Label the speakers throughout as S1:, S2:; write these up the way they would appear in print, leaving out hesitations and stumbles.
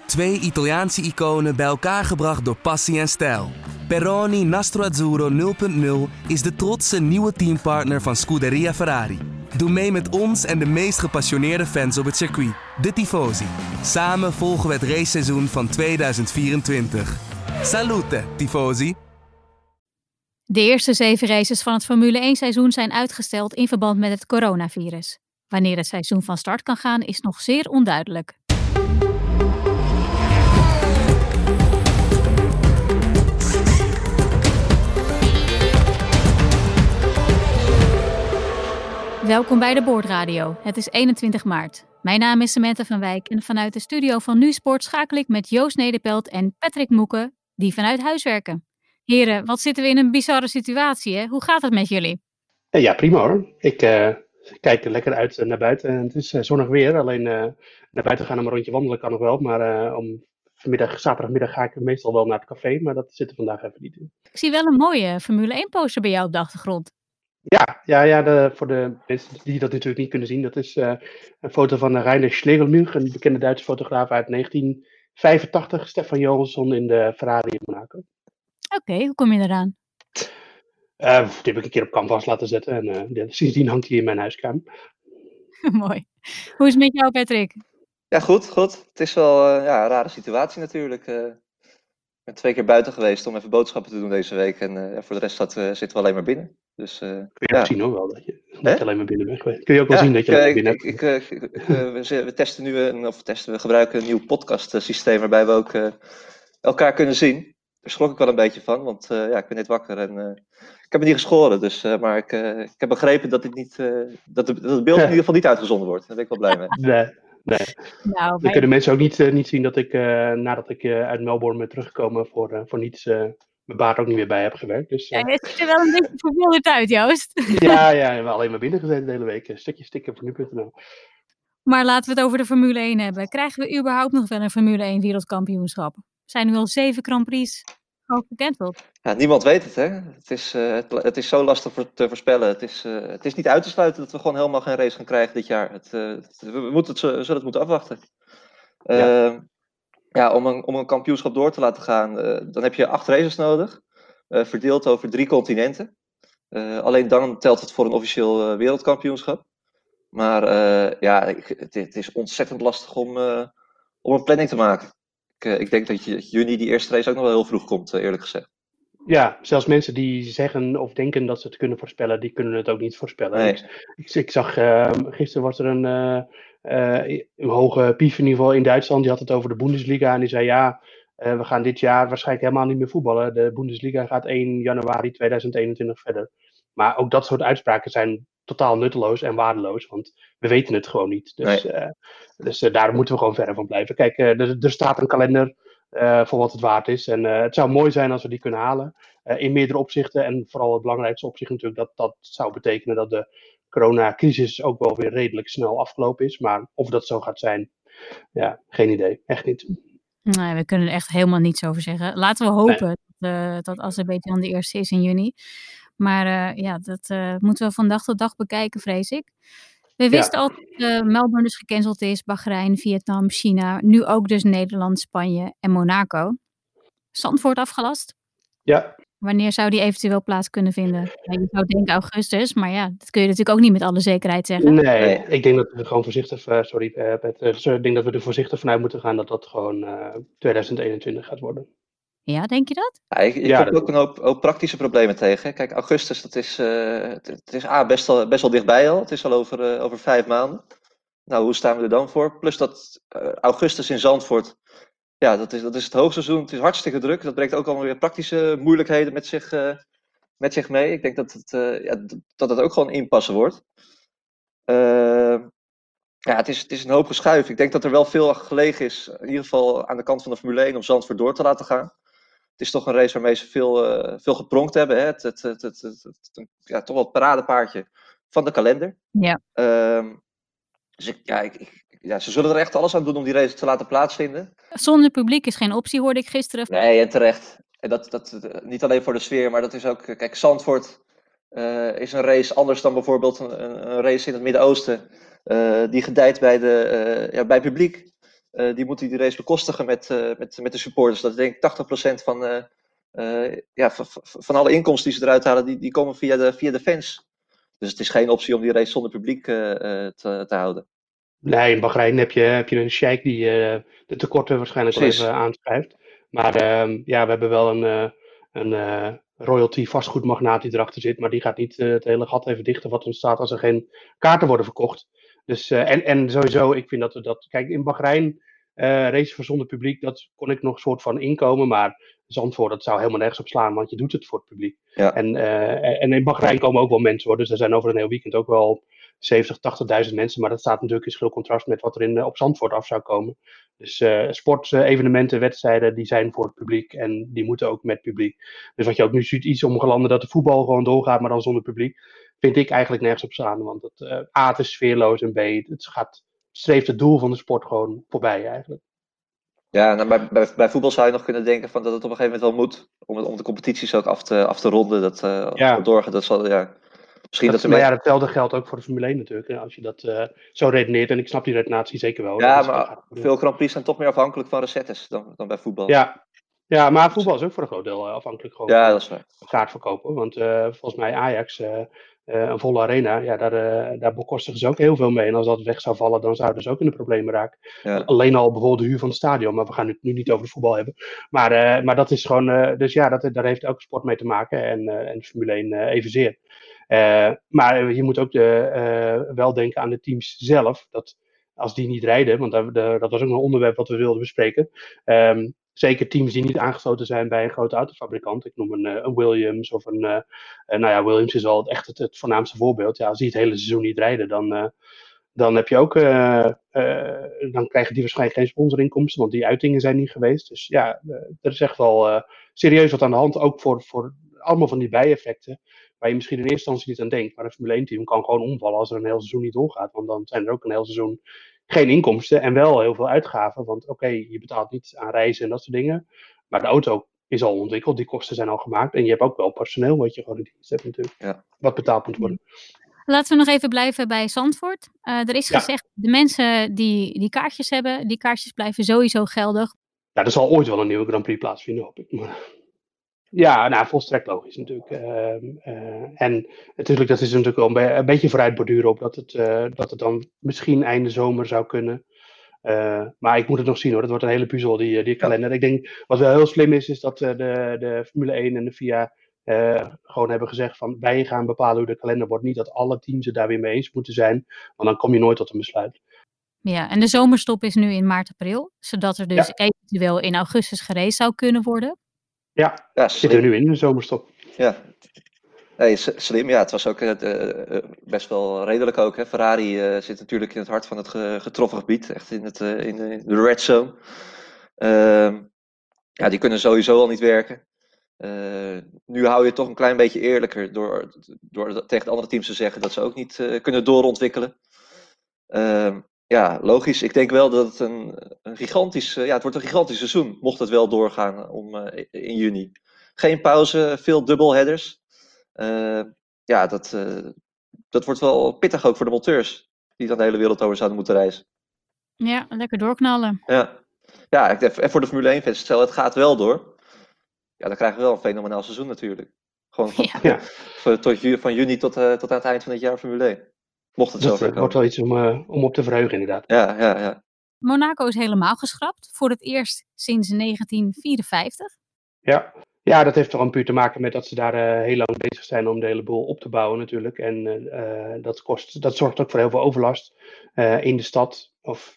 S1: Twee Italiaanse iconen bij elkaar gebracht door passie en stijl. Peroni Nastro Azzurro 0.0 is de trotse nieuwe teampartner van Scuderia Ferrari. Doe mee met ons en de meest gepassioneerde fans op het circuit, de Tifosi. Samen volgen we het raceseizoen van 2024. Salute, Tifosi!
S2: De eerste 7 races van het Formule 1-seizoen zijn uitgesteld in verband met het coronavirus. Wanneer het seizoen van start kan gaan is nog zeer onduidelijk. Welkom bij de Boordradio. Het is 21 maart. Mijn naam is Samantha van Wijk en vanuit de studio van NuSport schakel ik met Joost Nederpelt en Patrick Moeken, die vanuit huis werken. Heren, wat zitten we in een bizarre situatie, hè? Hoe gaat het met jullie?
S3: Ja, prima hoor. Ik kijk er lekker uit naar buiten. Het is zonnig weer, alleen naar buiten gaan om een rondje wandelen kan nog wel. Maar zaterdagmiddag ga ik meestal wel naar het café, maar dat zit er vandaag even niet in.
S2: Ik zie wel een mooie Formule 1-poster bij jou op de achtergrond.
S3: Ja, voor de mensen die dat natuurlijk niet kunnen zien, dat is een foto van Rainer Schlegelmilch, een bekende Duitse fotograaf uit 1985, Stefan Johansson in de Ferrari in Monaco.
S2: Oké, hoe kom je eraan?
S3: Die heb ik een keer op canvas laten zetten en sindsdien hangt hij in mijn huiskamer.
S2: Mooi. Hoe is het met jou, Patrick?
S4: Ja, goed. Het is wel een rare situatie natuurlijk. Ik ben 2 keer buiten geweest om even boodschappen te doen deze week. En voor de rest zitten we alleen maar binnen. Dus,
S3: kun je ook zien hoor wel, dat je niet alleen maar binnen bent geweest. Kun je ook wel zien dat je alleen binnen bent.
S4: We gebruiken een nieuw podcast systeem waarbij we ook elkaar kunnen zien. Daar schrok ik wel een beetje van, want ik ben net wakker en ik heb me niet geschoren. Dus, maar ik heb begrepen dat dat het beeld in ieder geval niet uitgezonden wordt. Daar ben ik wel blij mee.
S3: Nee.
S2: Nou,
S3: Dan kunnen mensen ook niet zien dat ik nadat ik uit Melbourne ben teruggekomen voor niets mijn baard ook niet meer bij heb gewerkt. Dus,
S2: ja, het ziet er wel een beetje verwilderd uit, Joost.
S3: Ja, we hebben alleen maar binnen gezeten de hele week. Een stukje stikken voor nu.nl.
S2: Maar laten we het over de Formule 1 hebben. Krijgen we überhaupt nog wel een Formule 1 wereldkampioenschap? Er zijn nu al 7 Grand Prix al gecanceld.
S4: Ja, niemand weet het, hè. Het is zo lastig te voorspellen. Het is niet uit te sluiten dat we gewoon helemaal geen race gaan krijgen dit jaar. We zullen het moeten afwachten. Om een kampioenschap door te laten gaan, dan heb je 8 races nodig. Verdeeld over 3 continenten. Alleen dan telt het voor een officieel wereldkampioenschap. Maar het is ontzettend lastig om een planning te maken. Ik denk dat juni die eerste race ook nog wel heel vroeg komt, eerlijk gezegd.
S3: Ja, zelfs mensen die zeggen of denken dat ze het kunnen voorspellen, die kunnen het ook niet voorspellen.
S4: Nee.
S3: Ik zag, gisteren was er een hoge pief in ieder geval in Duitsland, die had het over de Bundesliga en die zei we gaan dit jaar waarschijnlijk helemaal niet meer voetballen. De Bundesliga gaat 1 januari 2021 verder. Maar ook dat soort uitspraken zijn totaal nutteloos en waardeloos, want we weten het gewoon niet. Dus daar moeten we gewoon verder van blijven. Kijk, er staat een kalender voor wat het waard is. En het zou mooi zijn als we die kunnen halen. In meerdere opzichten. En vooral het belangrijkste opzicht natuurlijk dat zou betekenen dat de coronacrisis ook wel weer redelijk snel afgelopen is. Maar of dat zo gaat zijn, geen idee. Echt niet.
S2: Nee, we kunnen er echt helemaal niets over zeggen. Laten we hopen dat Azerbeidzjan de eerste is in juni. Maar dat moeten we van dag tot dag bekijken, vrees ik. We wisten al dat Melbourne dus gecanceld is, Bahrein, Vietnam, China, nu ook dus Nederland, Spanje en Monaco. Zandvoort afgelast?
S3: Ja.
S2: Wanneer zou die eventueel plaats kunnen vinden? Je zou denken augustus, maar dat kun je natuurlijk ook niet met alle zekerheid zeggen.
S3: Nee, ik denk dat we gewoon voorzichtig, ik denk dat we er voorzichtig vanuit moeten gaan dat gewoon 2021 gaat worden.
S2: Ja, denk je dat?
S4: Ja, je komt ook een hoop praktische problemen tegen. Kijk, augustus, dat is, het is best wel dichtbij al. Het is al over 5 maanden. Nou, hoe staan we er dan voor? Plus dat augustus in Zandvoort, dat is het hoogseizoen. Het is hartstikke druk. Dat brengt ook allemaal weer praktische moeilijkheden met zich mee. Ik denk dat het ook gewoon inpassen wordt. Het is een hoop geschuif. Ik denk dat er wel veel toch in ieder geval aan de kant van de Formule 1 om Zandvoort door te laten gaan. Het is toch een race waarmee ze veel gepronkt hebben. Hè? Toch wel het paradepaardje van de kalender.
S2: Ja.
S4: Ze zullen er echt alles aan doen om die race te laten plaatsvinden.
S2: Zonder publiek is geen optie, hoorde ik gisteren.
S4: Nee, en terecht. En dat niet alleen voor de sfeer, maar dat is ook... Kijk, Zandvoort is een race anders dan bijvoorbeeld een race in het Midden-Oosten. Die gedijt bij publiek. die moeten die race bekostigen met de supporters. Dat is denk ik 80% van alle inkomsten die ze eruit halen, die komen via de fans. Dus het is geen optie om die race zonder publiek te houden.
S3: Nee, in Bahrein heb je een sheik die de tekorten waarschijnlijk wel
S4: Precies.
S3: even aanschrijft. Maar we hebben wel een royalty vastgoedmagnaat die erachter zit. Maar die gaat niet het hele gat even dichten wat ontstaat als er geen kaarten worden verkocht. Dus, en sowieso, ik vind dat kijk, in Bahrein race voor zonder publiek, dat kon ik nog een soort van inkomen. Maar Zandvoort, dat zou helemaal nergens op slaan, want je doet het voor het publiek.
S4: Ja.
S3: En in Bahrein komen ook wel mensen, hoor. Dus er zijn over een heel weekend ook wel 70.000, 80.000 mensen. Maar dat staat natuurlijk in schil contrast met wat er op Zandvoort af zou komen. Dus sportevenementen, wedstrijden, die zijn voor het publiek. En die moeten ook met publiek. Dus wat je ook nu ziet, in sommige landen, dat de voetbal gewoon doorgaat, maar dan zonder publiek. Vind ik eigenlijk nergens op staan. Want het is sfeerloos en B, het streeft het doel van de sport gewoon voorbij eigenlijk.
S4: Ja, nou, bij voetbal zou je nog kunnen denken van dat het op een gegeven moment wel moet. Om de competities ook af te ronden. Dat doorgaat. Dat zal, ja.
S3: Maar hetzelfde geldt ook voor de Formule 1 natuurlijk. Als je dat zo redeneert. En ik snap die redenatie zeker wel.
S4: Ja, maar veel Grand Prix zijn toch meer afhankelijk van recettes dan bij voetbal.
S3: Ja, maar voetbal is ook voor een groot deel afhankelijk gewoon
S4: van dat is waar.
S3: Kaartverkopen. Want volgens mij Ajax, een volle arena, ja, daar bekostigen ze ook heel veel mee. En als dat weg zou vallen, dan zouden ze ook in de problemen raken. Ja. Alleen al bijvoorbeeld de huur van het stadion. Maar we gaan het nu niet over de voetbal hebben. Maar dat is gewoon, dus ja, daar heeft elke sport mee te maken. En de Formule 1 evenzeer. Maar je moet ook wel denken aan de teams zelf. Dat als die niet rijden, want dat was ook een onderwerp wat we wilden bespreken. Zeker teams die niet aangesloten zijn bij een grote autofabrikant. Ik noem een Williams of Williams is wel echt het voornaamste voorbeeld. Ja, als die het hele seizoen niet rijden, dan heb je ook, dan krijgen die waarschijnlijk geen sponsorinkomsten, want die uitingen zijn niet geweest. Dus ja, er is echt wel serieus wat aan de hand, ook voor allemaal van die bijeffecten, waar je misschien in eerste instantie niet aan denkt. Maar een Formule 1-team kan gewoon omvallen als er een heel seizoen niet doorgaat, want dan zijn er ook een heel seizoen geen inkomsten en wel heel veel uitgaven. Want oké, je betaalt niet aan reizen en dat soort dingen, maar de auto is al ontwikkeld, die kosten zijn al gemaakt en je hebt ook wel personeel wat je gewoon in dienst hebt natuurlijk, wat betaald moet worden.
S2: Laten we nog even blijven bij Zandvoort. Er is gezegd, de mensen die kaartjes hebben, die kaartjes blijven sowieso geldig.
S3: Ja, er zal ooit wel een nieuwe Grand Prix plaatsvinden, hoop ik. Maar... Ja, nou, volstrekt logisch natuurlijk. En natuurlijk, dat is natuurlijk wel een beetje vooruitborduren op dat het dan misschien einde zomer zou kunnen. Maar ik moet het nog zien hoor, dat wordt een hele puzzel, die kalender. Ik denk, wat wel heel slim is dat de Formule 1 en de FIA gewoon hebben gezegd van wij gaan bepalen hoe de kalender wordt. Niet dat alle teams het daar weer mee eens moeten zijn, want dan kom je nooit tot een besluit.
S2: Ja, en de zomerstop is nu in maart, april, zodat er dus eventueel in augustus geraced zou kunnen worden.
S3: Ja, zit er nu in de zomerstop.
S4: Ja. Nee, slim. Ja, het was ook best wel redelijk ook. Hè. Ferrari zit natuurlijk in het hart van het getroffen gebied. Echt in de red zone. Ja, die kunnen sowieso al niet werken. Nu hou je het toch een klein beetje eerlijker door tegen de andere teams te zeggen dat ze ook niet kunnen doorontwikkelen. Ja, logisch. Ik denk wel dat het een gigantisch... het wordt een gigantisch seizoen, mocht het wel doorgaan in juni. Geen pauze, veel dubbelheaders. Dat wordt wel pittig ook voor de monteurs, die dan de hele wereld over zouden moeten reizen.
S2: Ja, lekker doorknallen.
S4: Ja, en voor de Formule 1-fans, stel het gaat wel door. Ja, dan krijgen we wel een fenomenaal seizoen natuurlijk. Gewoon van juni tot aan het eind van het jaar Formule 1. Mocht het zover komen.
S3: Dat wordt wel iets om op te verheugen inderdaad.
S4: Ja.
S2: Monaco is helemaal geschrapt. Voor het eerst sinds 1954.
S3: Ja, dat heeft toch puur te maken met dat ze daar heel lang bezig zijn om de hele boel op te bouwen natuurlijk. En dat zorgt ook voor heel veel overlast in de stad.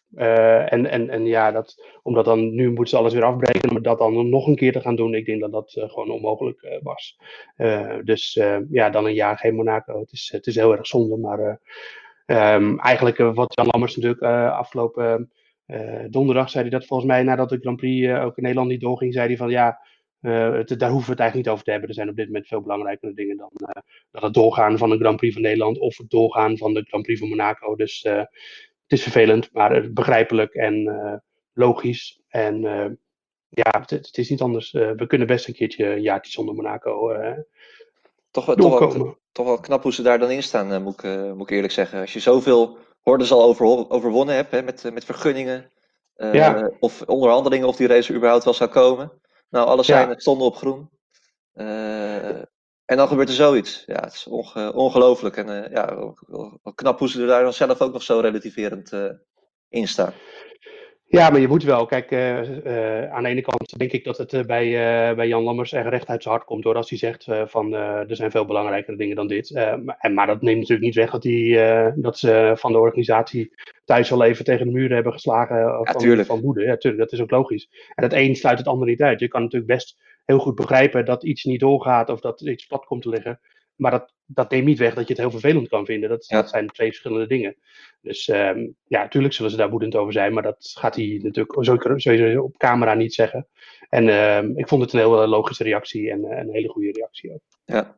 S3: Omdat dan nu moeten ze alles weer afbreken, om dat dan nog een keer te gaan doen. Ik denk dat dat gewoon onmogelijk was. Dan een jaar geen Monaco. Het is heel erg zonde, maar eigenlijk wat Jan Lammers natuurlijk afgelopen donderdag zei hij dat volgens mij nadat de Grand Prix ook in Nederland niet doorging, zei hij van daar hoeven we het eigenlijk niet over te hebben. Er zijn op dit moment veel belangrijkere dingen dan het doorgaan van de Grand Prix van Nederland of het doorgaan van de Grand Prix van Monaco. Dus het is vervelend, maar begrijpelijk en logisch. En het is niet anders. We kunnen best een keertje een jaartje zonder Monaco
S4: toch wel knap hoe ze daar dan in staan, moet ik eerlijk zeggen. Als je zoveel hordes al overwonnen hebt, hè, met vergunningen,
S3: Ja.
S4: Of onderhandelingen of die race überhaupt wel zou komen. Nou, alle seinen stonden op groen. En dan gebeurt er zoiets. Ja, het is ongelooflijk. En wel knap hoe ze er daar dan zelf ook nog zo relativerend in staan.
S3: Ja, maar je moet wel. Kijk, aan de ene kant denk ik dat het bij Jan Lammers echt recht uit zijn hart komt, hoor. Als hij zegt van er zijn veel belangrijkere dingen dan dit. Maar dat neemt natuurlijk niet weg dat ze van de organisatie thuis al even tegen de muren hebben geslagen van woede. Ja, tuurlijk, dat is ook logisch. En het een sluit het ander niet uit. Je kan natuurlijk best heel goed begrijpen dat iets niet doorgaat of dat iets plat komt te liggen. Maar dat neemt niet weg dat je het heel vervelend kan vinden. Dat zijn twee verschillende dingen. Dus natuurlijk zullen ze daar woedend over zijn, maar dat gaat hij natuurlijk sowieso op camera niet zeggen. En ik vond het een hele logische reactie en een hele goede reactie ook.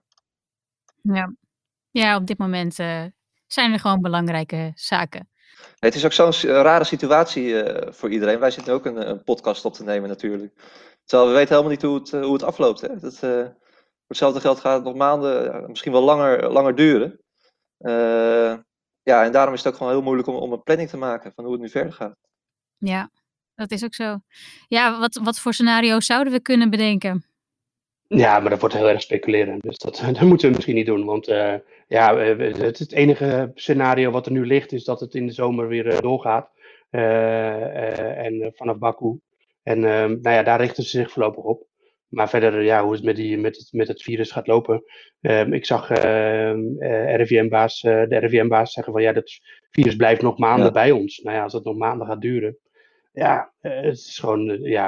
S2: Ja, op dit moment zijn er gewoon belangrijke zaken.
S4: Het is ook zo'n rare situatie voor iedereen. Wij zitten ook een podcast op te nemen natuurlijk. Terwijl we weten helemaal niet hoe het afloopt. Hè? Voor hetzelfde geld gaat het nog maanden, misschien wel langer duren. En daarom is het ook gewoon heel moeilijk om een planning te maken van hoe het nu verder gaat.
S2: Ja, dat is ook zo. Ja, wat voor scenario's zouden we kunnen bedenken?
S3: Ja, maar dat wordt heel erg speculeren. Dus dat moeten we misschien niet doen. Want het enige scenario wat er nu ligt is dat het in de zomer weer doorgaat. En vanaf Baku. En daar richten ze zich voorlopig op. Maar verder, hoe het met het virus gaat lopen. Ik zag de RIVM-baas zeggen van dat virus blijft nog maanden bij ons. Nou ja, als het nog maanden gaat duren. Ja, het is gewoon,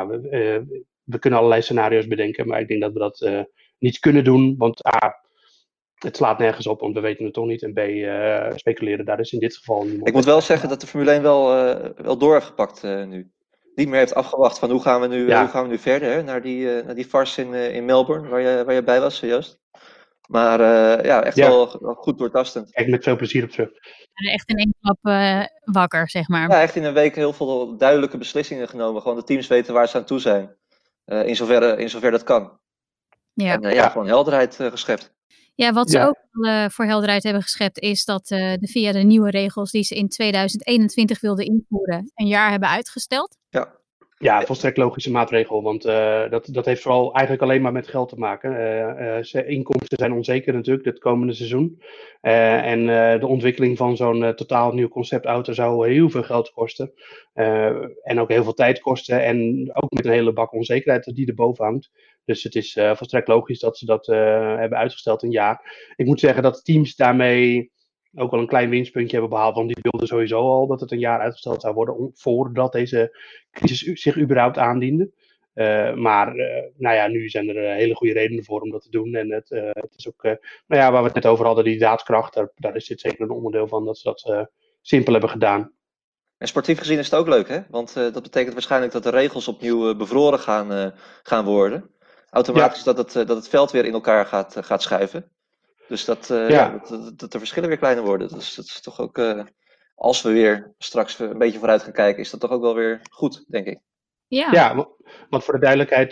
S3: we kunnen allerlei scenario's bedenken, maar ik denk dat we dat niet kunnen doen, want A, het slaat nergens op, want we weten het toch niet, en B, speculeren daar is in dit geval niemand.
S4: Ik moet wel zeggen dat de Formule 1 wel door heeft gepakt nu. Niet meer heeft afgewacht van hoe gaan we nu verder, hè? Naar die farce in Melbourne, waar je bij was, Joost. Maar echt wel goed doortastend.
S3: Kijk met veel plezier op terug.
S2: Echt in één klap wakker, zeg maar.
S4: Ja, echt in een week heel veel duidelijke beslissingen genomen. Gewoon de teams weten waar ze aan toe zijn. In zover dat kan.
S2: Ja.
S4: En gewoon helderheid geschept.
S2: Ja, wat ze ook voor helderheid hebben geschept is dat de VIA de nieuwe regels die ze in 2021 wilden invoeren een jaar hebben uitgesteld.
S3: Ja, volstrekt logische maatregel, want dat heeft vooral eigenlijk alleen maar met geld te maken. Inkomsten zijn onzeker natuurlijk dit komende seizoen. En de ontwikkeling van zo'n totaal nieuw conceptauto zou heel veel geld kosten. En ook heel veel tijd kosten. En ook met een hele bak onzekerheid die erboven hangt. Dus het is volstrekt logisch dat ze dat hebben uitgesteld een jaar. Ik moet zeggen dat teams daarmee ook wel een klein winstpuntje hebben behaald. Want die wilden sowieso al dat het een jaar uitgesteld zou worden voordat deze crisis zich überhaupt aandiende. Maar nu zijn er hele goede redenen voor om dat te doen. En het is ook, waar we het net over hadden, die daadkracht, daar is dit zeker een onderdeel van dat ze dat simpel hebben gedaan.
S4: En sportief gezien is het ook leuk, hè? Want dat betekent waarschijnlijk dat de regels opnieuw bevroren gaan worden. Automatisch dat het veld weer in elkaar gaat schuiven. Dus dat de verschillen weer kleiner worden. Dus dat is toch ook, als we weer straks een beetje vooruit gaan kijken, is dat toch ook wel weer goed, denk ik.
S3: Ja, want voor de duidelijkheid,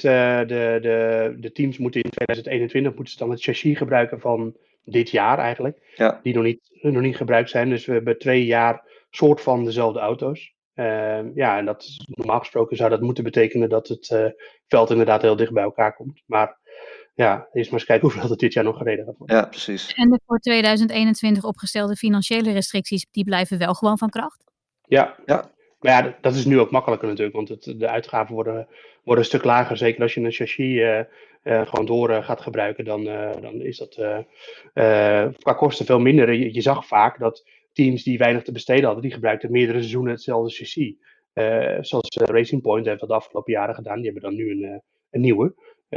S3: de teams moeten in 2021 dan het chassis gebruiken van dit jaar eigenlijk. Die nog niet gebruikt zijn. Dus we hebben 2 jaar soort van dezelfde auto's. En dat normaal gesproken zou dat moeten betekenen dat het veld inderdaad heel dicht bij elkaar komt. Maar eerst maar eens kijken hoeveel het dit jaar nog gereden gaat worden.
S4: Ja, precies.
S2: En de voor 2021 opgestelde financiële restricties, die blijven wel gewoon van kracht?
S3: Ja. Maar dat is nu ook makkelijker natuurlijk, want de uitgaven worden een stuk lager. Zeker als je een chassis gewoon door gaat gebruiken, dan is dat qua kosten veel minder. Je zag vaak dat teams die weinig te besteden hadden, die gebruikten meerdere seizoenen hetzelfde chassis. Zoals Racing Point heeft dat de afgelopen jaren gedaan. Die hebben dan nu een nieuwe.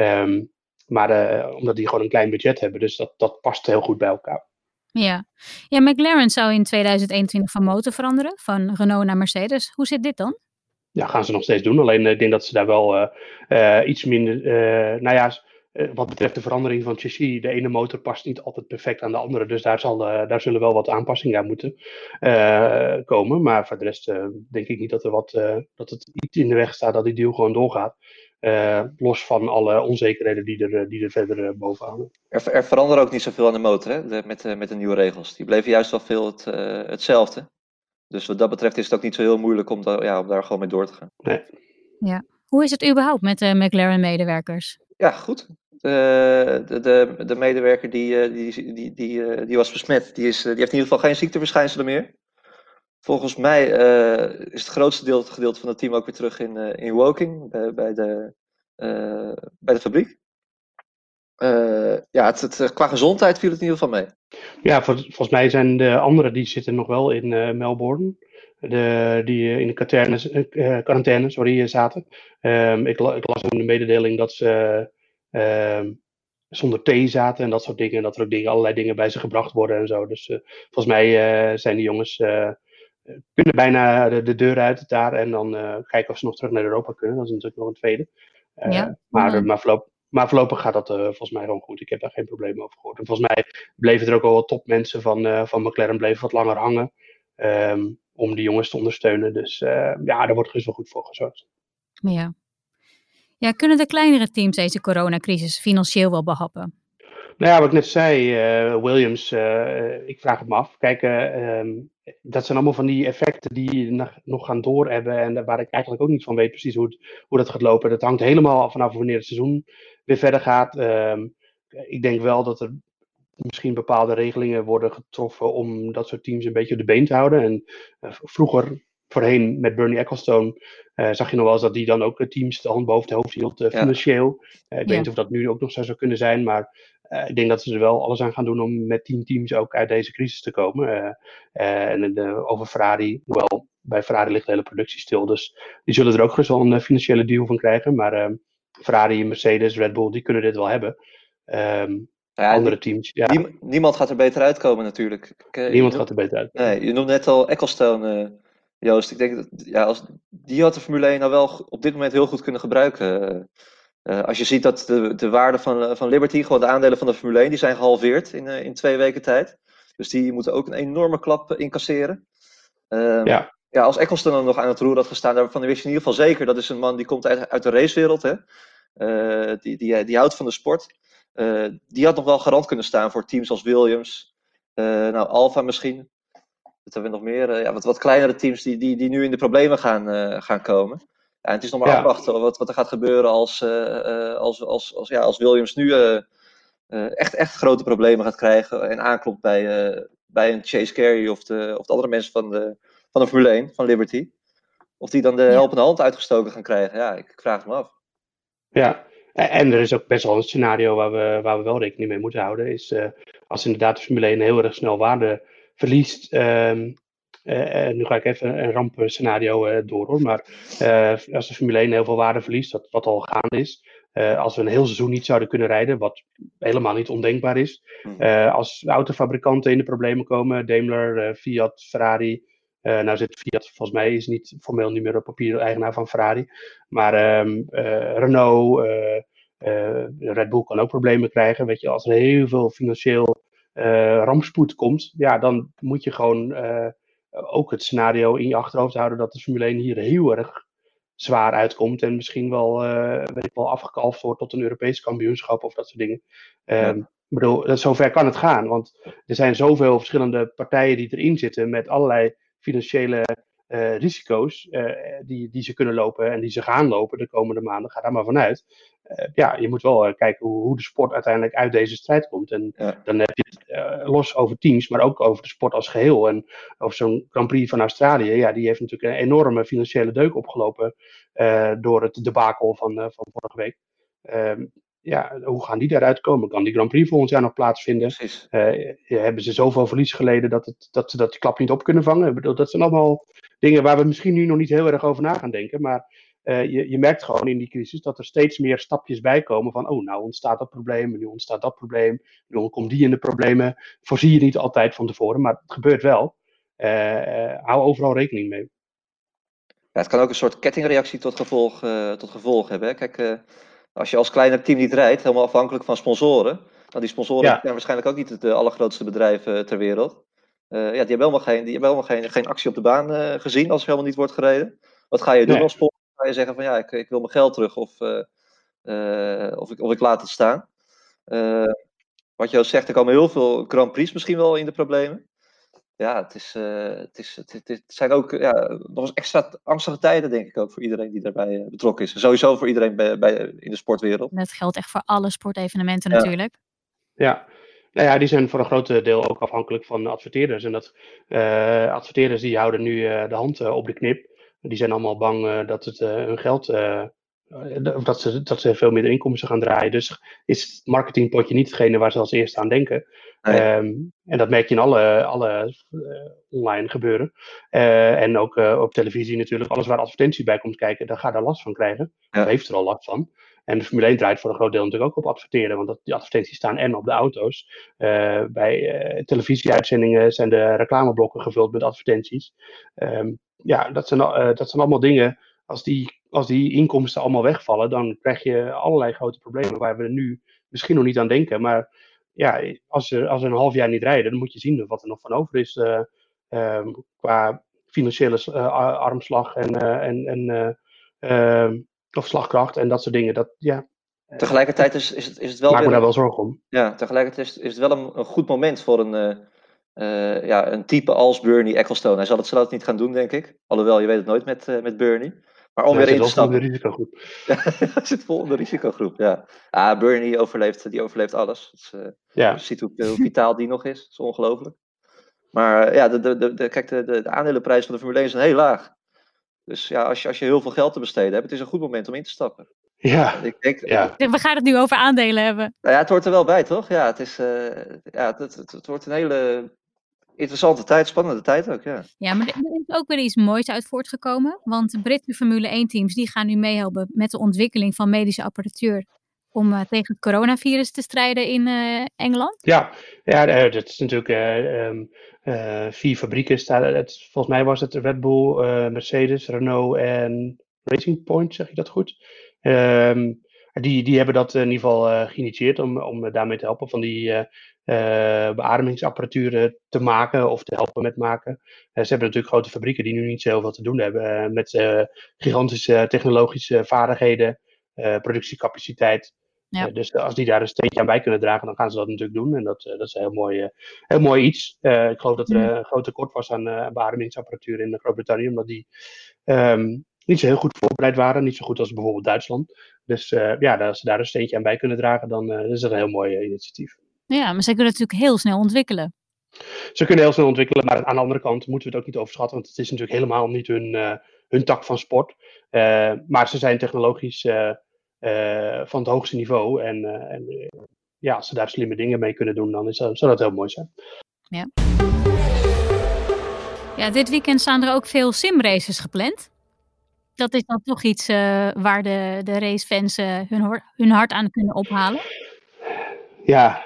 S3: Maar omdat die gewoon een klein budget hebben, dus dat past heel goed bij elkaar.
S2: Ja, McLaren zou in 2021 van motor veranderen, van Renault naar Mercedes. Hoe zit dit dan?
S3: Ja, gaan ze nog steeds doen. Alleen ik denk dat ze daar wel iets minder... wat betreft de verandering van chassis, de ene motor past niet altijd perfect aan de andere. Dus daar zullen wel wat aanpassingen aan moeten komen. Maar voor de rest denk ik niet dat het iets in de weg staat dat die deal gewoon doorgaat. Los van alle onzekerheden die er verder boven hangen.
S4: Er veranderde ook niet zoveel aan de motor, hè? Met de nieuwe regels. Die bleven juist wel veel hetzelfde. Dus wat dat betreft is het ook niet zo heel moeilijk om daar gewoon mee door te gaan.
S3: Nee.
S2: Ja. Hoe is het überhaupt met de McLaren-medewerkers?
S4: Ja, goed. De medewerker die was besmet, die heeft in ieder geval geen ziekteverschijnselen meer. Volgens mij is het grootste gedeelte van het team ook weer terug in Woking, bij de fabriek. Qua gezondheid viel het in ieder geval mee.
S3: Ja, volgens mij zijn de anderen die zitten nog wel in Melbourne. Die in de quarantaine zaten. Ik las in de mededeling dat ze zonder thee zaten en dat soort dingen. En dat er ook allerlei dingen bij ze gebracht worden en zo. Dus volgens mij zijn die jongens kunnen bijna de deur uit daar. En dan kijken of ze nog terug naar Europa kunnen. Dat is natuurlijk nog een tweede. Maar voorlopig gaat dat volgens mij gewoon goed. Ik heb daar geen probleem over gehoord. En volgens mij bleven er ook al wat topmensen van McLaren bleven wat langer hangen. Om die jongens te ondersteunen. Dus daar wordt dus wel goed voor gezorgd.
S2: Ja, kunnen de kleinere teams deze coronacrisis financieel wel behappen?
S3: Nou ja, wat ik net zei, Williams, ik vraag het me af. Kijk, dat zijn allemaal van die effecten die nog gaan doorhebben en waar ik eigenlijk ook niet van weet precies hoe dat gaat lopen. Dat hangt helemaal vanaf wanneer het seizoen weer verder gaat. Ik denk wel dat er misschien bepaalde regelingen worden getroffen om dat soort teams een beetje op de been te houden. En voorheen met Bernie Ecclestone zag je nog wel eens dat die dan ook teams de hand boven het hoofd hield financieel. Ik weet niet of dat nu ook nog zo zou kunnen zijn, maar ik denk dat ze er wel alles aan gaan doen om met 10 teams ook uit deze crisis te komen. Over Ferrari, hoewel bij Ferrari ligt de hele productie stil, dus die zullen er ook gerust wel een financiële deal van krijgen. Maar Ferrari, Mercedes, Red Bull, die kunnen dit wel hebben. Andere teams, ja.
S4: Niemand gaat er beter uitkomen natuurlijk.
S3: Niemand gaat er beter uitkomen.
S4: Nee, je noemt net al Ecclestone, Joost. Ik denk dat die had de Formule 1 nou wel op dit moment heel goed kunnen gebruiken. Als je ziet dat de waarde van Liberty, gewoon de aandelen van de Formule 1, die zijn gehalveerd in 2 weken tijd. Dus die moeten ook een enorme klap incasseren. Als Ecclestone dan nog aan het roer had gestaan, daarvan wist je in ieder geval zeker, dat is een man die komt uit de racewereld. Hè? Die houdt van de sport. Die had nog wel garant kunnen staan voor teams als Williams. Alfa misschien. Dat hebben we nog meer. Wat kleinere teams die nu in de problemen gaan komen. Ja, en het is nog maar afwachten wat er gaat gebeuren als Williams nu echt grote problemen gaat krijgen. En aanklopt bij een Chase Carey of de andere mensen van de Formule 1, van Liberty. Of die dan de helpende hand uitgestoken gaan krijgen. Ja, ik vraag het me af.
S3: Ja. En er is ook best wel een scenario waar we wel rekening mee moeten houden. Is als inderdaad de Formule 1 heel erg snel waarde verliest. Nu ga ik even een rampscenario door hoor. Maar als de Formule 1 heel veel waarde verliest, wat al gaande is. Als we een heel seizoen niet zouden kunnen rijden, wat helemaal niet ondenkbaar is. Als autofabrikanten in de problemen komen, Daimler, Fiat, Ferrari. Nou zit Fiat, volgens mij is niet formeel niet meer op papier eigenaar van Ferrari. Maar Renault, Red Bull kan ook problemen krijgen. Weet je, als er heel veel financieel rampspoed komt, ja, dan moet je gewoon ook het scenario in je achterhoofd houden dat de Formule 1 hier heel erg zwaar uitkomt en misschien wel afgekalfd wordt tot een Europees kampioenschap of dat soort dingen. Ik bedoel, zover kan het gaan, want er zijn zoveel verschillende partijen die erin zitten met allerlei financiële risico's die ze kunnen lopen en die ze gaan lopen de komende maanden. Ga daar maar vanuit. Je moet wel kijken hoe de sport uiteindelijk uit deze strijd komt. En dan heb je het los over teams, maar ook over de sport als geheel. En over zo'n Grand Prix van Australië, ja, die heeft natuurlijk een enorme financiële deuk opgelopen door het debakel van vorige week. Hoe gaan die daaruit komen? Kan die Grand Prix volgend jaar nog plaatsvinden? Hebben ze zoveel verlies geleden dat ze die klap niet op kunnen vangen? Ik bedoel, dat zijn allemaal dingen waar we misschien nu nog niet heel erg over na gaan denken. Maar je merkt gewoon in die crisis dat er steeds meer stapjes bij komen van, nou ontstaat dat probleem, en nu ontstaat dat probleem, nu komt die in de problemen. Voorzie je niet altijd van tevoren, maar het gebeurt wel. Hou overal rekening mee.
S4: Ja, het kan ook een soort kettingreactie tot gevolg hebben. Hè? Kijk, als je als kleiner team niet rijdt, helemaal afhankelijk van sponsoren. Nou, die sponsoren zijn waarschijnlijk ook niet de allergrootste bedrijven ter wereld. Die hebben helemaal geen actie op de baan gezien als er helemaal niet wordt gereden. Wat ga je doen als sponsor? Ga je zeggen van ik wil mijn geld terug of ik laat het staan. Wat je al zegt, er komen heel veel Grand Prix misschien wel in de problemen. Ja, het zijn ook nog eens extra angstige tijden, denk ik ook, voor iedereen die daarbij betrokken is. Sowieso voor iedereen in de sportwereld.
S2: Dat geldt echt voor alle sportevenementen
S4: Ja.
S2: natuurlijk.
S3: Ja. Nou ja, die zijn voor een groot deel ook afhankelijk van adverteerders. En adverteerders die houden nu de hand op de knip. Die zijn allemaal bang dat het hun geld, dat ze veel minder inkomsten gaan draaien. Dus is het marketingpotje niet hetgene waar ze als eerste aan denken.
S4: Nee.
S3: En dat merk je in alle online gebeuren. En ook op televisie natuurlijk. Alles waar advertentie bij komt kijken, daar ga je daar last van krijgen.
S4: Ja.
S3: Of heeft er al last van. En de Formule 1 draait voor een groot deel natuurlijk ook op adverteren. Want die advertenties staan en op de auto's. Bij televisieuitzendingen zijn de reclameblokken gevuld met advertenties. Dat zijn allemaal dingen. Als die inkomsten allemaal wegvallen, dan krijg je allerlei grote problemen waar we nu misschien nog niet aan denken. Maar ja, als er een half jaar niet rijden, dan moet je zien wat er nog van over is qua financiële armslag of slagkracht en dat soort dingen.
S4: Tegelijkertijd is het wel
S3: maak me daar wel zorgen om.
S4: Ja, tegelijkertijd is het wel een goed moment voor een type als Bernie Ecclestone. Hij zal het zelf niet gaan doen, denk ik. Alhoewel, je weet het nooit met Bernie. Maar om weer in te stappen.
S3: Hij zit vol in de risicogroep.
S4: Hij zit vol in de risicogroep, ja. Bernie overleeft alles. Dus, je ziet hoe vitaal die nog is. Dat is ongelooflijk. Maar kijk, de aandelenprijs van de Formule 1 is heel laag. Dus ja, als je heel veel geld te besteden hebt, het is een goed moment om in te stappen.
S3: Ja.
S2: We gaan het nu over aandelen hebben.
S4: Nou ja, het hoort er wel bij, toch? Ja, het wordt een hele interessante tijd, spannende tijd ook, ja.
S2: Ja, maar er is ook weer iets moois uit voortgekomen. Want de Britse Formule 1 teams die gaan nu meehelpen met de ontwikkeling van medische apparatuur om tegen het coronavirus te strijden in Engeland.
S3: Ja, dat is natuurlijk 4 fabrieken. Volgens mij was het Red Bull, Mercedes, Renault en Racing Point, zeg ik dat goed? Die hebben dat in ieder geval geïnitieerd om daarmee te helpen van die beademingsapparatuur te maken of te helpen met maken. Ze hebben natuurlijk grote fabrieken die nu niet zo heel veel te doen hebben met gigantische technologische vaardigheden, productiecapaciteit.
S2: Ja.
S3: Dus als die daar een steentje aan bij kunnen dragen, dan gaan ze dat natuurlijk doen. En dat is een heel mooi iets. Ik geloof dat er een groot tekort was aan beademingsapparatuur in Groot-Brittannië, omdat die niet zo heel goed voorbereid waren. Niet zo goed als bijvoorbeeld Duitsland. Dus als ze daar een steentje aan bij kunnen dragen, dan is dat een heel mooi initiatief.
S2: Ja, maar zij kunnen natuurlijk heel snel ontwikkelen.
S3: Ze kunnen heel snel ontwikkelen, maar aan de andere kant moeten we het ook niet overschatten, want het is natuurlijk helemaal niet hun tak van sport. Maar ze zijn technologisch van het hoogste niveau. En als ze daar slimme dingen mee kunnen doen, dan zou dat heel mooi zijn.
S2: Ja. Ja, dit weekend staan er ook veel simraces gepland. Dat is dan toch iets waar de racefans hun hart aan kunnen ophalen?
S3: Ja.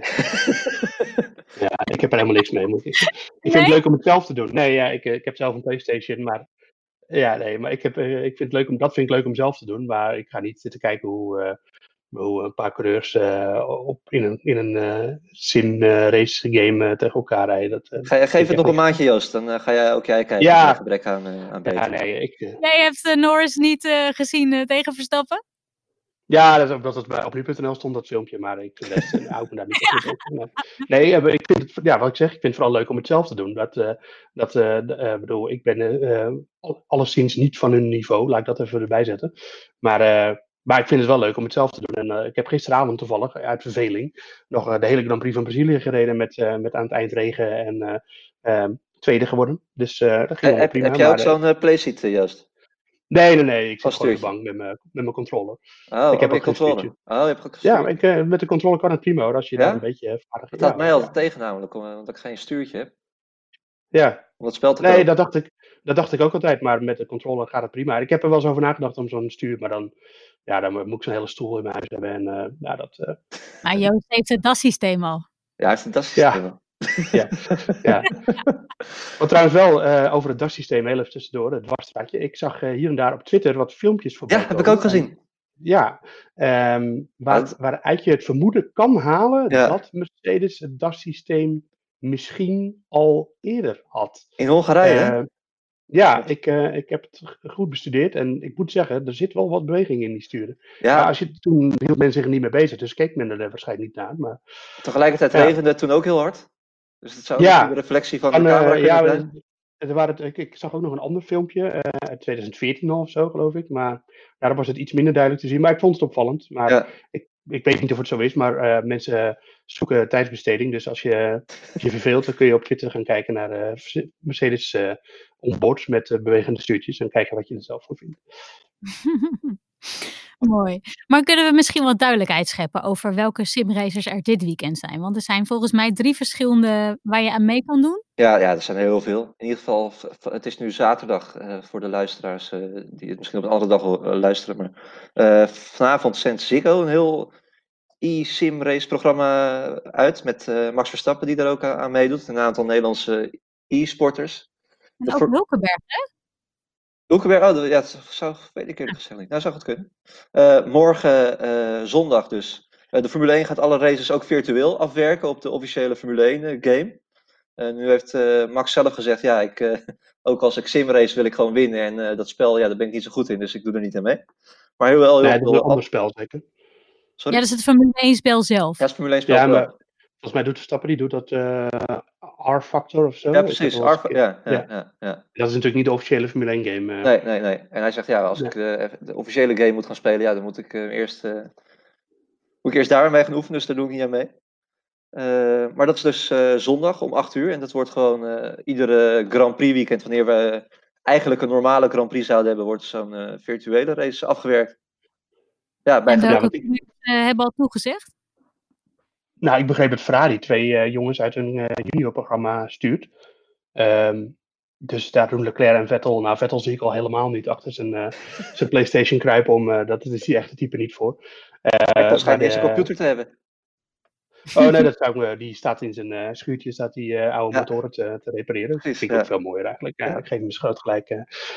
S3: Ja, ik heb er helemaal niks mee, moet ik zeggen. Ik vind het leuk om het zelf te doen. Nee, ja, ik heb zelf een PlayStation, maar maar ik vind het leuk om zelf te doen, maar ik ga niet zitten kijken hoe een paar coureurs in een sim-race game tegen elkaar rijden.
S4: Geef het nog een maandje, Joost. Dan ga jij ook kijken. Ja. Gebrek aan beter.
S3: Ja, nee,
S2: Jij hebt Norris niet gezien tegen Verstappen?
S3: Ja, dat is ook dat het bij op nu.nl stond, dat filmpje, maar ik hou me daar niet zo goed op. Nee, ik vind het, wat ik zeg, ik vind het vooral leuk om het zelf te doen. Ik ben alleszins niet van hun niveau, laat ik dat even erbij zetten. Maar ik vind het wel leuk om het zelf te doen. En ik heb gisteravond toevallig, uit verveling, nog de hele Grand Prix van Brazilië gereden met aan het eind regen en tweede geworden. Dus dat ging wel prima.
S4: Heb jij ook zo'n playseat, Joost?
S3: Nee. Ik zit gewoon op de bank met mijn controller.
S4: Ik heb ook controller.
S3: Je hebt ook ja, met de controller kan het prima hoor, als je daar een beetje vaardig
S4: bent. Dat had mij altijd tegen namelijk, omdat ik geen stuurtje heb.
S3: Ja.
S4: Om het spel te kopen.
S3: Dat dacht ik ook altijd, maar met de controller gaat het prima. Ik heb er wel eens over nagedacht om zo'n stuur, maar dan moet ik zo'n hele stoel in mijn huis hebben. En,
S2: Maar Joost heeft het DAS-systeem al.
S4: Ja, hij heeft het DAS-systeem al.
S3: Ja. Wat trouwens wel over het DAS-systeem, heel even tussendoor, het dwarsstraatje. Ik zag hier en daar op Twitter wat filmpjes voorbij komen.
S4: Ja, heb ik ook gezien.
S3: Waaruit je het vermoeden kan halen dat Mercedes het DAS-systeem misschien al eerder had.
S4: In Hongarije?
S3: Ik heb het goed bestudeerd en ik moet zeggen, er zit wel wat beweging in die sturen.
S4: Ja.
S3: Maar toen hield men zich er niet mee bezig, dus keek men er waarschijnlijk niet naar. Maar,
S4: tegelijkertijd regende het toen ook heel hard. Dus het zou ook
S3: Ja,
S4: een reflectie van de camera kunnen zijn.
S3: ik zag ook nog een ander filmpje, uit 2014 of zo, geloof ik. Maar daarop was het iets minder duidelijk te zien. Maar ik vond het opvallend. Maar
S4: Ja.
S3: ik weet niet of het zo is, maar mensen zoeken tijdsbesteding. Dus als je verveelt, dan kun je op Twitter gaan kijken naar Mercedes onboards met bewegende stuurtjes. En kijken wat je er zelf van vindt.
S2: Mooi. Maar kunnen we misschien wat duidelijkheid scheppen over welke simracers er dit weekend zijn? Want er zijn volgens mij 3 verschillende waar je aan mee kan doen.
S4: Ja, er zijn heel veel. In ieder geval, het is nu zaterdag voor de luisteraars die het misschien op een andere dag wil luisteren. Maar vanavond zendt Ziggo een heel e-sim race programma uit met Max Verstappen die daar ook aan meedoet. Een aantal Nederlandse e-sporters.
S2: En ook Hulkenberg, hè?
S4: Hulkenberg, dat zou, weet ik eerlijk gezegd niet. Nou, zou het kunnen. Morgen zondag dus. De Formule 1 gaat alle races ook virtueel afwerken op de officiële Formule 1 game. Nu heeft Max zelf gezegd, ja, ook als ik simrace wil ik gewoon winnen. En dat spel, ja, daar ben ik niet zo goed in, dus ik doe er niet aan mee. Maar heel
S3: Nee, dat is een ander spel zeker.
S4: Sorry?
S2: Ja, dat is het Formule 1 spel zelf.
S4: Ja, het Formule 1 spel
S3: Ja,
S4: zelf.
S3: maar volgens mij doet Verstappen, die doet dat R-Factor of zo.
S4: Ja, precies. Ja.
S3: Dat is natuurlijk niet de officiële Formule 1 game.
S4: Nee. En hij zegt, ja, als ik de officiële game moet gaan spelen, ja, dan moet ik eerst daarmee gaan oefenen, dus daar doe ik niet aan mee. Maar dat is dus zondag om 8 uur. En dat wordt gewoon iedere Grand Prix weekend, wanneer we eigenlijk een normale Grand Prix zouden hebben, wordt zo'n virtuele race afgewerkt. Ja,
S2: en welke coureurs hebben al toegezegd?
S3: Nou, ik begreep dat Ferrari 2 jongens uit hun juniorprogramma stuurt. Dus daar doen Leclerc en Vettel. Nou, Vettel zie ik al helemaal niet achter zijn PlayStation kruipen. Dat is die echte type niet voor.
S4: Vettel schijnt niet eens een computer te hebben.
S3: Oh nee, die staat in zijn schuurtje, staat die oude motoren te repareren. Dat vind ik ook veel mooier eigenlijk. Ik geef hem een schoot gelijk.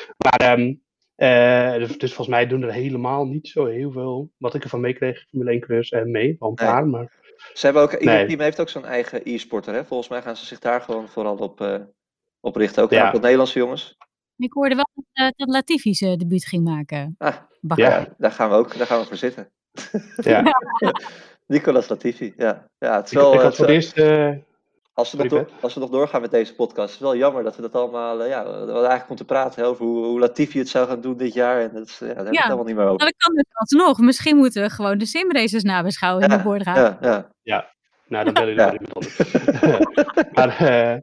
S3: Dus volgens mij doen er helemaal niet zo heel veel, wat ik ervan meekreeg, Formule 1 coureurs mee. Wel een paar, maar...
S4: Ze hebben ook, ieder team heeft ook zo'n eigen e-sporter. Hè? Volgens mij gaan ze zich daar gewoon vooral op richten. Ook een aantal Nederlandse jongens.
S2: Ik hoorde wel dat Latifi zijn debuut ging maken.
S4: Daar gaan we voor zitten.
S3: Ja.
S4: Nicolas Latifi, ja. Het is
S3: ik
S4: wel,
S3: voor het eerst...
S4: Als we nog doorgaan met deze podcast, is het wel jammer dat we dat allemaal... we hadden eigenlijk moeten praten over hoe Latifi het zou gaan doen dit jaar. En dat daar hebben we het helemaal niet meer over.
S2: Dat kan dus alsnog. Misschien moeten we gewoon de simraces nabeschouwen in de boordraad.
S3: Ja, nou dan bellen jullie maar iemand anders.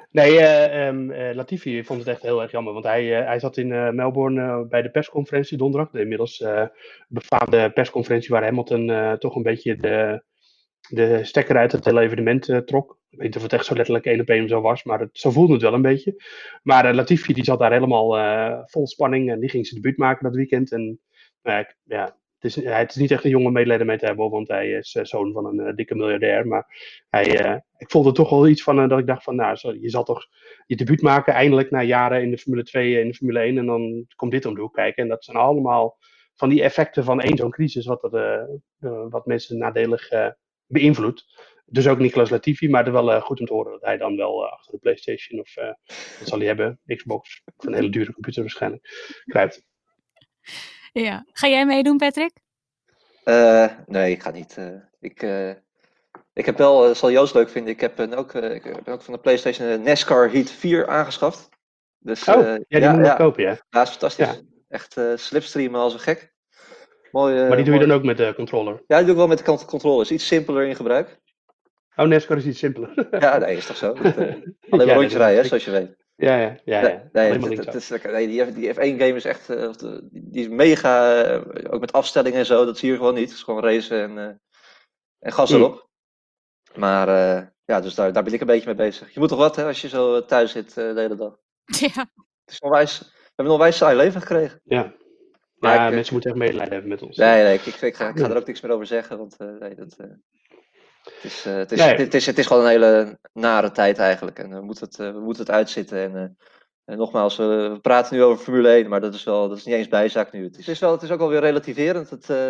S3: Latifi vond het echt heel erg jammer. Want hij zat in Melbourne bij de persconferentie donderdag. De inmiddels befaamde persconferentie waar Hamilton toch een beetje de stekker uit het hele evenement trok. Ik weet niet of het echt zo letterlijk 1 op 1 zo was, maar zo voelde het wel een beetje. Maar Latifi die zat daar helemaal vol spanning en die ging zijn debuut maken dat weekend. En het is niet echt een jonge medelijden mee te hebben, want hij is zoon van een dikke miljardair. Maar ik voelde toch wel iets van dat ik dacht van, nou, je zal toch je debuut maken eindelijk na jaren in de Formule 2 en in de Formule 1 en dan komt dit om de hoek kijken. En dat zijn allemaal van die effecten van zo'n crisis, wat mensen nadelig beïnvloedt. Dus ook Nicolas Latifi, maar het is wel goed om te horen dat hij dan wel achter de PlayStation of wat zal hij hebben, Xbox, of een hele dure computer waarschijnlijk, kruipt.
S2: Ja. Ga jij meedoen, Patrick?
S4: Nee, ik ga niet. Ik heb wel, dat zal Joost leuk vinden, ik ben ook van de PlayStation NASCAR Heat 4 aangeschaft. Dus,
S3: die moet je nog kopen, ja?
S4: Ja, is fantastisch. Ja. Echt slipstreamen als een gek. Mooi,
S3: maar die doe je dan ook met de controller?
S4: Ja, die doe ik wel met de controller. Is iets simpeler in gebruik.
S3: Oh, NASCAR is iets simpeler.
S4: Ja, nee, is toch zo? Alleen maar rondjes rijden, zoals je weet.
S3: Ja.
S4: Die F1-game is echt... die is mega... ook met afstellingen en zo, dat zie je gewoon niet. Het is gewoon racen en gas erop. Maar dus daar ben ik een beetje mee bezig. Je moet toch wat, hè, als je zo thuis zit de hele dag.
S2: Ja.
S4: Het is onwijs... We hebben een onwijs saai leven gekregen.
S3: Ja. Maar mensen moeten echt medelijden hebben met ons.
S4: Nee, ik ga er ook niks meer over zeggen, want het is gewoon een hele nare tijd eigenlijk. En we moeten het uitzitten. En nogmaals, we praten nu over Formule 1, maar dat is niet eens bijzaak nu. Het is ook wel weer relativerend.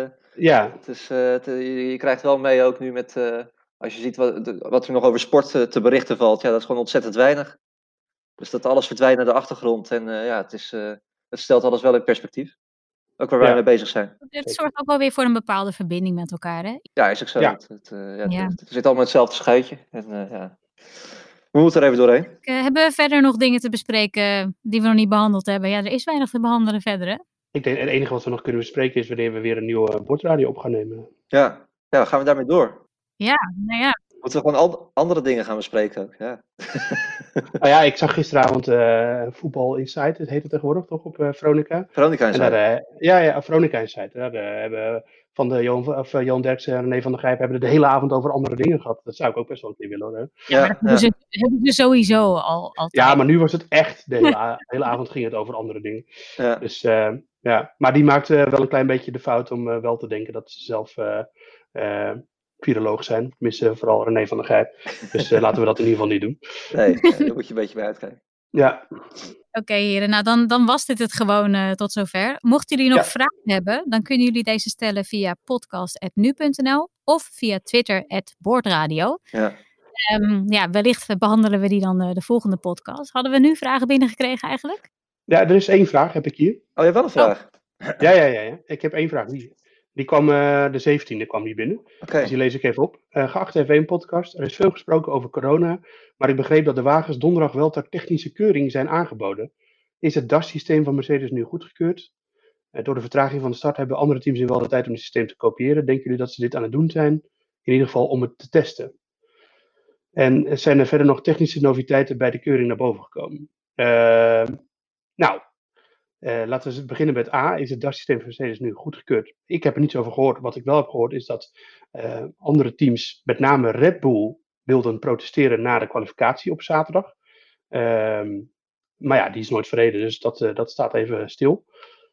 S4: Je krijgt wel mee ook nu met, als je ziet wat er nog over sport te berichten valt, ja, dat is gewoon ontzettend weinig. Dus dat alles verdwijnt naar de achtergrond en het stelt alles wel in perspectief. Ook waar wij mee bezig zijn.
S2: Het zorgt ook wel weer voor een bepaalde verbinding met elkaar, hè?
S4: Ja, is ook zo.
S3: Ja.
S4: Het zit allemaal in hetzelfde schuitje. En, We moeten er even doorheen.
S2: Hebben we verder nog dingen te bespreken die we nog niet behandeld hebben? Ja, er is weinig te behandelen verder, hè?
S3: Ik denk het enige wat we nog kunnen bespreken is wanneer we weer een nieuwe bordradio op gaan nemen.
S4: Ja, gaan we daarmee door?
S2: Ja, nou ja.
S4: Moeten we gewoon andere dingen gaan bespreken ook, ja.
S3: Nou ja, ik zag gisteravond Voetbal Insight, het heet het tegenwoordig toch, op Veronica.
S4: Veronica
S3: En daar, Veronica Insight. Daar hebben van de Johan Derksen en René van der Grijp hebben de hele avond over andere dingen gehad. Dat zou ik ook best wel een keer willen hoor.
S2: Ja, maar dat hebben ze sowieso altijd.
S3: Ja, maar nu was het echt, de hele avond ging het over andere dingen.
S4: Ja.
S3: Dus ja, maar die maakte wel een klein beetje de fout om wel te denken dat ze zelf viroloog zijn. Tenminste, vooral René van der Grijp. Dus laten we dat in ieder geval niet doen.
S4: Nee, daar moet je een beetje bij uitkijken.
S3: Ja.
S2: Oké, heren. Nou, dan was dit het gewoon tot zover. Mochten jullie nog vragen hebben, dan kunnen jullie deze stellen via podcast@nu.nl of via Twitter @boordradio.
S4: Ja.
S2: Wellicht behandelen we die dan de volgende podcast. Hadden we nu vragen binnengekregen eigenlijk?
S3: Ja, er is 1 vraag, heb ik hier.
S4: Oh, je hebt wel een vraag?
S3: Ja. Ik heb 1 vraag. Die kwam de 17e kwam die binnen.
S4: Okay.
S3: Dus die lees ik even op. Geachte F1-podcast, er is veel gesproken over corona, maar ik begreep dat de wagens donderdag wel ter technische keuring zijn aangeboden. Is het DAS-systeem van Mercedes nu goedgekeurd? Door de vertraging van de start hebben andere teams nu wel de tijd om het systeem te kopiëren. Denken jullie dat ze dit aan het doen zijn? In ieder geval om het te testen. En zijn er verder nog technische noviteiten bij de keuring naar boven gekomen? Laten we beginnen met A. Is het DAS-systeem van Mercedes nu goedgekeurd? Ik heb er niets over gehoord. Wat ik wel heb gehoord is dat andere teams, met name Red Bull, wilden protesteren na de kwalificatie op zaterdag. Maar ja, die is nooit verreden, dus dat staat even stil.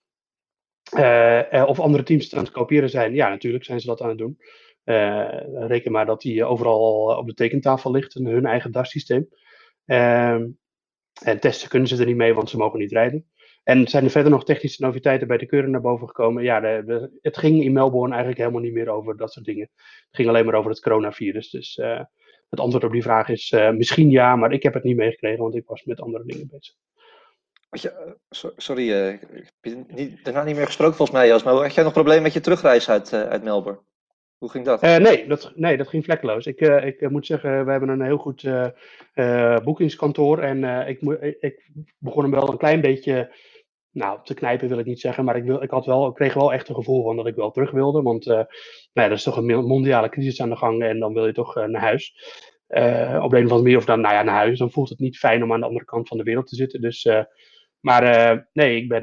S3: Of andere teams het aan het kopiëren zijn, ja, natuurlijk zijn ze dat aan het doen. Reken maar dat die overal op de tekentafel ligt, hun eigen DAS-systeem. En testen kunnen ze er niet mee, want ze mogen niet rijden. En zijn er verder nog technische noviteiten bij de keuring naar boven gekomen? Ja, het ging in Melbourne eigenlijk helemaal niet meer over dat soort dingen. Het ging alleen maar over het coronavirus. Dus het antwoord op die vraag is misschien ja, maar ik heb het niet meegekregen, want ik was met andere dingen bezig.
S4: Sorry, ik heb daarna niet meer gesproken volgens mij, Jos. Maar had jij nog een probleem met je terugreis uit Melbourne? Hoe ging dat?
S3: Nee, dat ging vlekkeloos. Ik moet zeggen, we hebben een heel goed boekingskantoor. En ik begon hem wel een klein beetje te knijpen, wil ik niet zeggen. Maar ik kreeg wel echt een gevoel van dat ik wel terug wilde. Want er is toch een mondiale crisis aan de gang en dan wil je toch naar huis. Op de een of andere manier, of dan naar huis. Dan voelt het niet fijn om aan de andere kant van de wereld te zitten. Dus, ik ben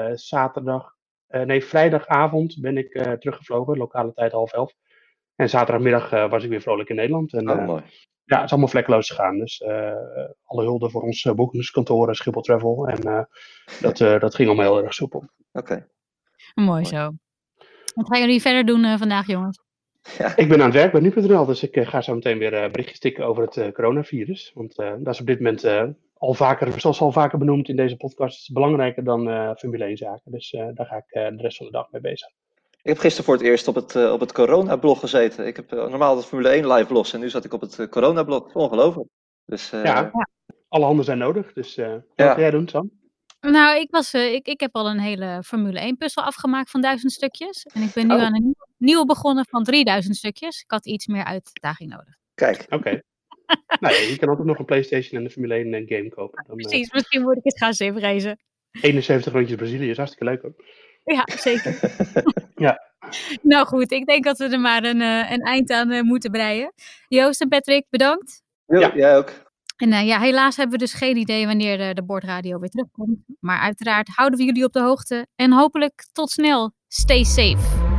S3: vrijdagavond ben ik teruggevlogen, lokale tijd 10:30. En zaterdagmiddag was ik weer vrolijk in Nederland. En,
S4: mooi.
S3: Ja, het is allemaal vlekkeloos gegaan. Dus alle hulde voor ons boekingskantoor Schiphol Travel. En dat ging allemaal heel erg soepel.
S4: Oké.
S2: Mooi zo. Wat gaan jullie verder doen vandaag, jongens?
S3: Ja. Ik ben aan het werk bij nu.nl, dus ik ga zo meteen weer berichtjes tikken over het coronavirus. Want dat is op dit moment zoals al vaker benoemd in deze podcast, belangrijker dan Formule 1 zaken. Dus daar ga ik de rest van de dag mee bezig.
S4: Ik heb gisteren voor het eerst op het corona-blog gezeten. Ik heb normaal het Formule 1 live blogs en nu zat ik op het corona-blog. Ongelooflijk. Dus,
S3: alle handen zijn nodig. Dus wat ga jij doen, Sam?
S2: Nou, ik heb al een hele Formule 1 puzzel afgemaakt van 1000 stukjes. En ik ben nu aan een nieuwe begonnen van 3000 stukjes. Ik had iets meer uitdaging nodig.
S4: Kijk.
S3: Oké. Je kan altijd nog een PlayStation en de Formule 1 game kopen. Dan,
S2: precies, misschien moet ik het gaan simracen.
S3: 71 rondjes Brazilië is hartstikke leuk hoor.
S2: Ja, zeker.
S3: Ja.
S2: Nou goed, ik denk dat we er maar een eind aan moeten breien. Joost en Patrick, bedankt.
S4: Ja, jij ook.
S2: En helaas hebben we dus geen idee wanneer de bordradio weer terugkomt. Maar uiteraard houden we jullie op de hoogte. En hopelijk tot snel. Stay safe.